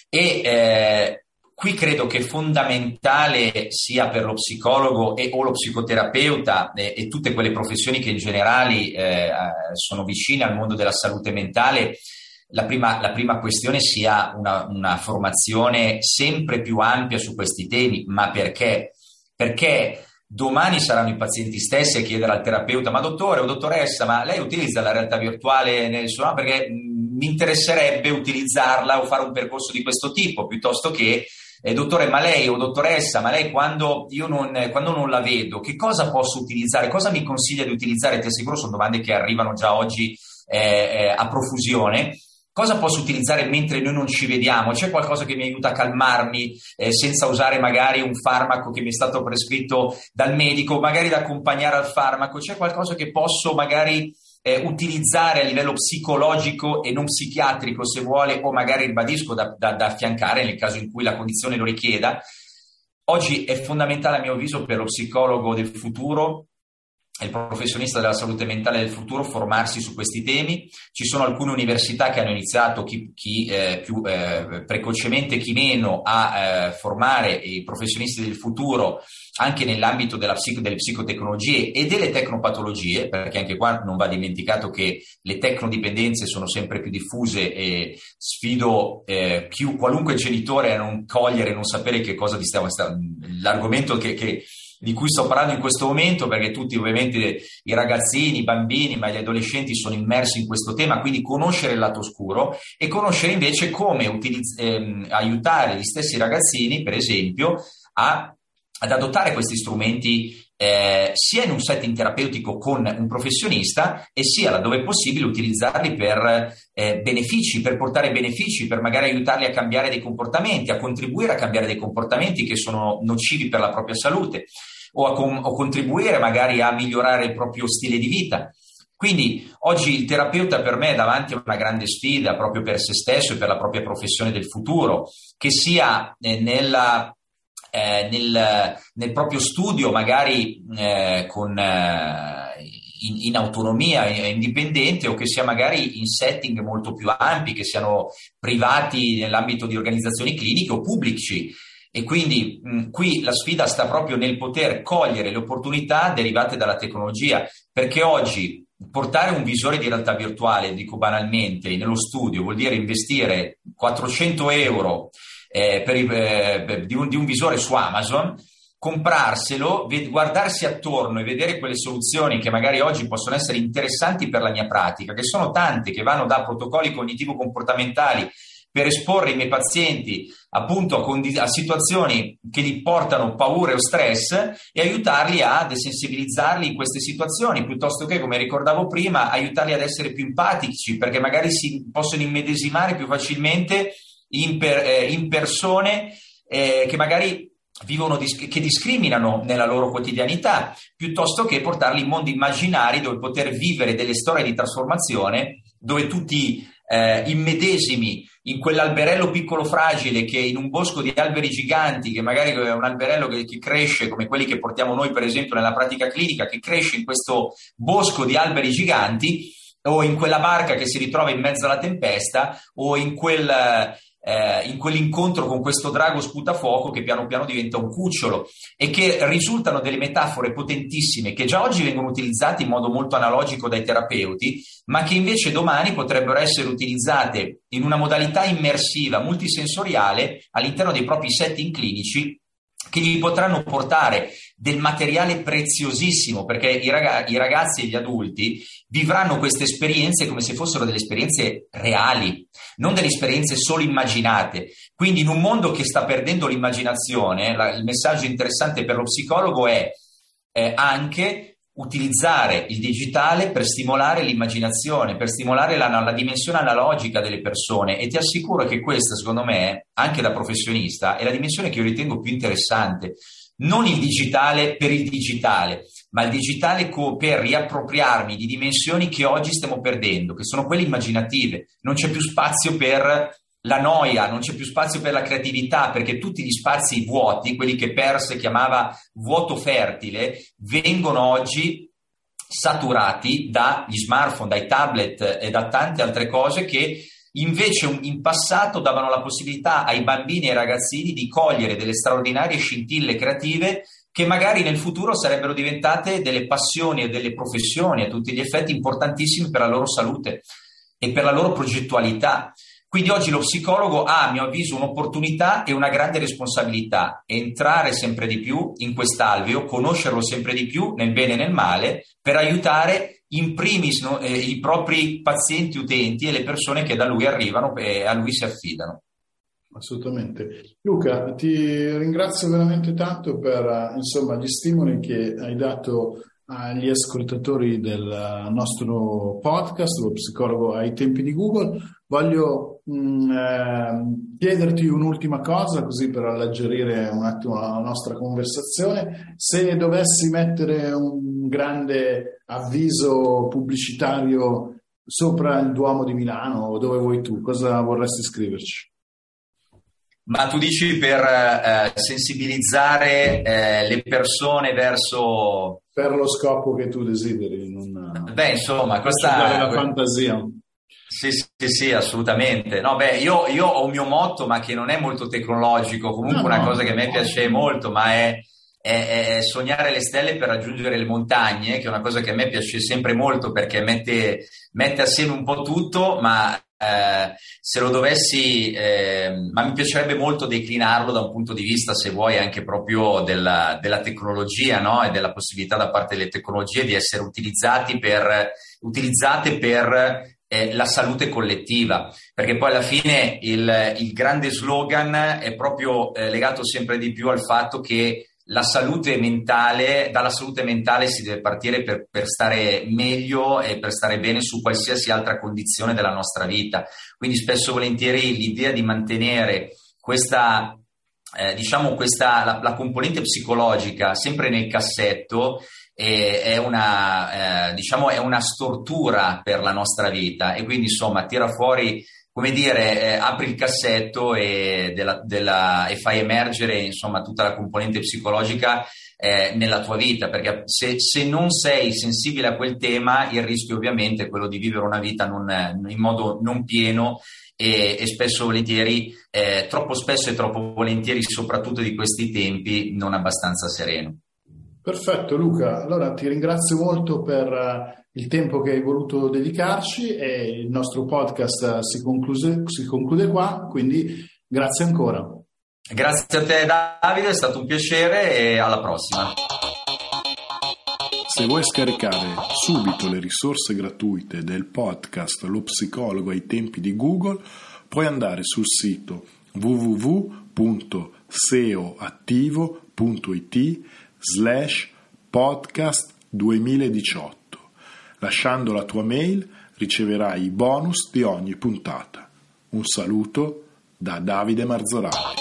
E eh, qui credo che fondamentale sia per lo psicologo e o lo psicoterapeuta e, e tutte quelle professioni che in generale eh, sono vicine al mondo della salute mentale, la prima, la prima questione sia una, una formazione sempre più ampia su questi temi. Ma perché? Perché domani saranno i pazienti stessi a chiedere al terapeuta: ma dottore o dottoressa, ma lei utilizza la realtà virtuale nel suo... No, perché mi interesserebbe utilizzarla o fare un percorso di questo tipo, piuttosto che Eh, dottore, ma lei o dottoressa, ma lei quando io non, quando non la vedo, che cosa posso utilizzare? Cosa mi consiglia di utilizzare? Ti assicuro, sono domande che arrivano già oggi eh, eh, a profusione. Cosa posso utilizzare mentre noi non ci vediamo? C'è qualcosa che mi aiuta a calmarmi eh, senza usare magari un farmaco che mi è stato prescritto dal medico, magari da accompagnare al farmaco? C'è qualcosa che posso magari Eh, utilizzare a livello psicologico e non psichiatrico, se vuole, o magari, ribadisco, da, da, da affiancare nel caso in cui la condizione lo richieda? Oggi è fondamentale, a mio avviso, per lo psicologo del futuro e il professionista della salute mentale del futuro formarsi su questi temi. Ci sono alcune università che hanno iniziato, chi, chi eh, più eh, precocemente, chi meno, a eh, formare i professionisti del futuro anche nell'ambito della psico, delle psicotecnologie e delle tecnopatologie, perché anche qua non va dimenticato che le tecnodipendenze sono sempre più diffuse, e sfido eh, più qualunque genitore a non cogliere, non sapere che cosa di stiamo l'argomento che, che di cui sto parlando in questo momento, perché tutti, ovviamente, i ragazzini, i bambini, ma gli adolescenti sono immersi in questo tema. Quindi conoscere il lato oscuro e conoscere invece come utilizz- ehm, aiutare gli stessi ragazzini, per esempio, a ad adottare questi strumenti eh, sia in un setting terapeutico con un professionista, e sia, laddove è possibile, utilizzarli per eh, benefici, per portare benefici, per magari aiutarli a cambiare dei comportamenti, a contribuire a cambiare dei comportamenti che sono nocivi per la propria salute, o a con- o contribuire magari a migliorare il proprio stile di vita. Quindi oggi il terapeuta per me è davanti a una grande sfida proprio per se stesso e per la propria professione del futuro, che sia eh, nella Eh, nel, nel proprio studio, magari eh, con, eh, in, in autonomia indipendente, o che sia magari in setting molto più ampi, che siano privati nell'ambito di organizzazioni cliniche o pubblici. E quindi mh, qui la sfida sta proprio nel poter cogliere le opportunità derivate dalla tecnologia, perché oggi portare un visore di realtà virtuale, dico banalmente, nello studio vuol dire investire quattrocento euro Eh, per, eh, di, un, di un visore su Amazon, comprarselo, ved- guardarsi attorno e vedere quelle soluzioni che magari oggi possono essere interessanti per la mia pratica, che sono tante, che vanno da protocolli cognitivo-comportamentali per esporre i miei pazienti appunto a, condi- a situazioni che gli portano paure o stress e aiutarli a desensibilizzarli in queste situazioni, piuttosto che, come ricordavo prima, aiutarli ad essere più empatici, perché magari si possono immedesimare più facilmente in, per- eh, in persone eh, che magari vivono dis- che discriminano nella loro quotidianità, piuttosto che portarli in mondi immaginari dove poter vivere delle storie di trasformazione, dove tutti eh, immedesimi in quell'alberello piccolo fragile che in un bosco di alberi giganti, che magari è un alberello che, che cresce come quelli che portiamo noi per esempio nella pratica clinica, che cresce in questo bosco di alberi giganti, o in quella barca che si ritrova in mezzo alla tempesta, o in quel Eh, in quell'incontro con questo drago sputafuoco che piano piano diventa un cucciolo, e che risultano delle metafore potentissime che già oggi vengono utilizzate in modo molto analogico dai terapeuti, ma che invece domani potrebbero essere utilizzate in una modalità immersiva, multisensoriale, all'interno dei propri setting clinici, che gli potranno portare del materiale preziosissimo, perché i, raga- i ragazzi e gli adulti vivranno queste esperienze come se fossero delle esperienze reali, non delle esperienze solo immaginate. Quindi in un mondo che sta perdendo l'immaginazione, la, il messaggio interessante per lo psicologo è eh, anche utilizzare il digitale per stimolare l'immaginazione, per stimolare la, la dimensione analogica delle persone, e ti assicuro che questa, secondo me, anche da professionista, è la dimensione che io ritengo più interessante. Non il digitale per il digitale, ma il digitale co- per riappropriarmi di dimensioni che oggi stiamo perdendo, che sono quelle immaginative. Non c'è più spazio per la noia, non c'è più spazio per la creatività, perché tutti gli spazi vuoti, quelli che Peirce chiamava vuoto fertile, vengono oggi saturati dagli smartphone, dai tablet e da tante altre cose che invece in passato davano la possibilità ai bambini e ai ragazzini di cogliere delle straordinarie scintille creative che magari nel futuro sarebbero diventate delle passioni e delle professioni a tutti gli effetti importantissime per la loro salute e per la loro progettualità. Quindi oggi lo psicologo ha, a mio avviso, un'opportunità e una grande responsabilità: entrare sempre di più in quest'alveo, conoscerlo sempre di più nel bene e nel male, per aiutare in primis no, eh, i propri pazienti utenti e le persone che da lui arrivano e a lui si affidano. Assolutamente. Luca, ti ringrazio veramente tanto per insomma gli stimoli che hai dato agli ascoltatori del nostro podcast, lo psicologo ai tempi di Google. Voglio mh, eh, chiederti un'ultima cosa, così per alleggerire un attimo la nostra conversazione. Se dovessi mettere un grande avviso pubblicitario sopra il Duomo di Milano o dove vuoi tu, cosa vorresti scriverci? Ma tu dici per eh, sensibilizzare eh, le persone verso... Per lo scopo che tu desideri. Non... Beh, insomma, questa... Dare la fantasia. Sì, sì, sì, assolutamente. No, beh, io, io ho un mio motto, ma che non è molto tecnologico, comunque no, una no, cosa che a me no. piace molto, ma è, è, è sognare le stelle per raggiungere le montagne, che è una cosa che a me piace sempre molto, perché mette, mette assieme un po' tutto, ma eh, se lo dovessi, eh, ma mi piacerebbe molto declinarlo da un punto di vista, se vuoi, anche proprio della, della tecnologia, no? E della possibilità da parte delle tecnologie di essere utilizzati per, utilizzate per eh, la salute collettiva, perché poi alla fine il, il grande slogan è proprio eh, legato sempre di più al fatto che la salute mentale, dalla salute mentale si deve partire per, per stare meglio e per stare bene su qualsiasi altra condizione della nostra vita. Quindi spesso e volentieri l'idea di mantenere questa, eh, diciamo questa, la, la componente psicologica sempre nel cassetto è, è una, eh, diciamo è una stortura per la nostra vita, e quindi insomma tira fuori, come dire, eh, apri il cassetto e, della, della, e fai emergere insomma tutta la componente psicologica eh, nella tua vita, perché se, se non sei sensibile a quel tema, il rischio ovviamente è quello di vivere una vita non, in modo non pieno e, e spesso volentieri, eh, troppo spesso e troppo volentieri, soprattutto di questi tempi, non abbastanza sereno. Perfetto Luca, allora ti ringrazio molto per il tempo che hai voluto dedicarci, e il nostro podcast si conclude, si conclude qua, quindi grazie ancora. Grazie a te Davide, è stato un piacere e alla prossima. Se vuoi scaricare subito le risorse gratuite del podcast Lo Psicologo ai tempi di Google, puoi andare sul sito w w w punto seoattivo punto it slash podcast duemiladiciotto. Lasciando la tua mail riceverai i bonus di ogni puntata. Un saluto da Davide Marzorati.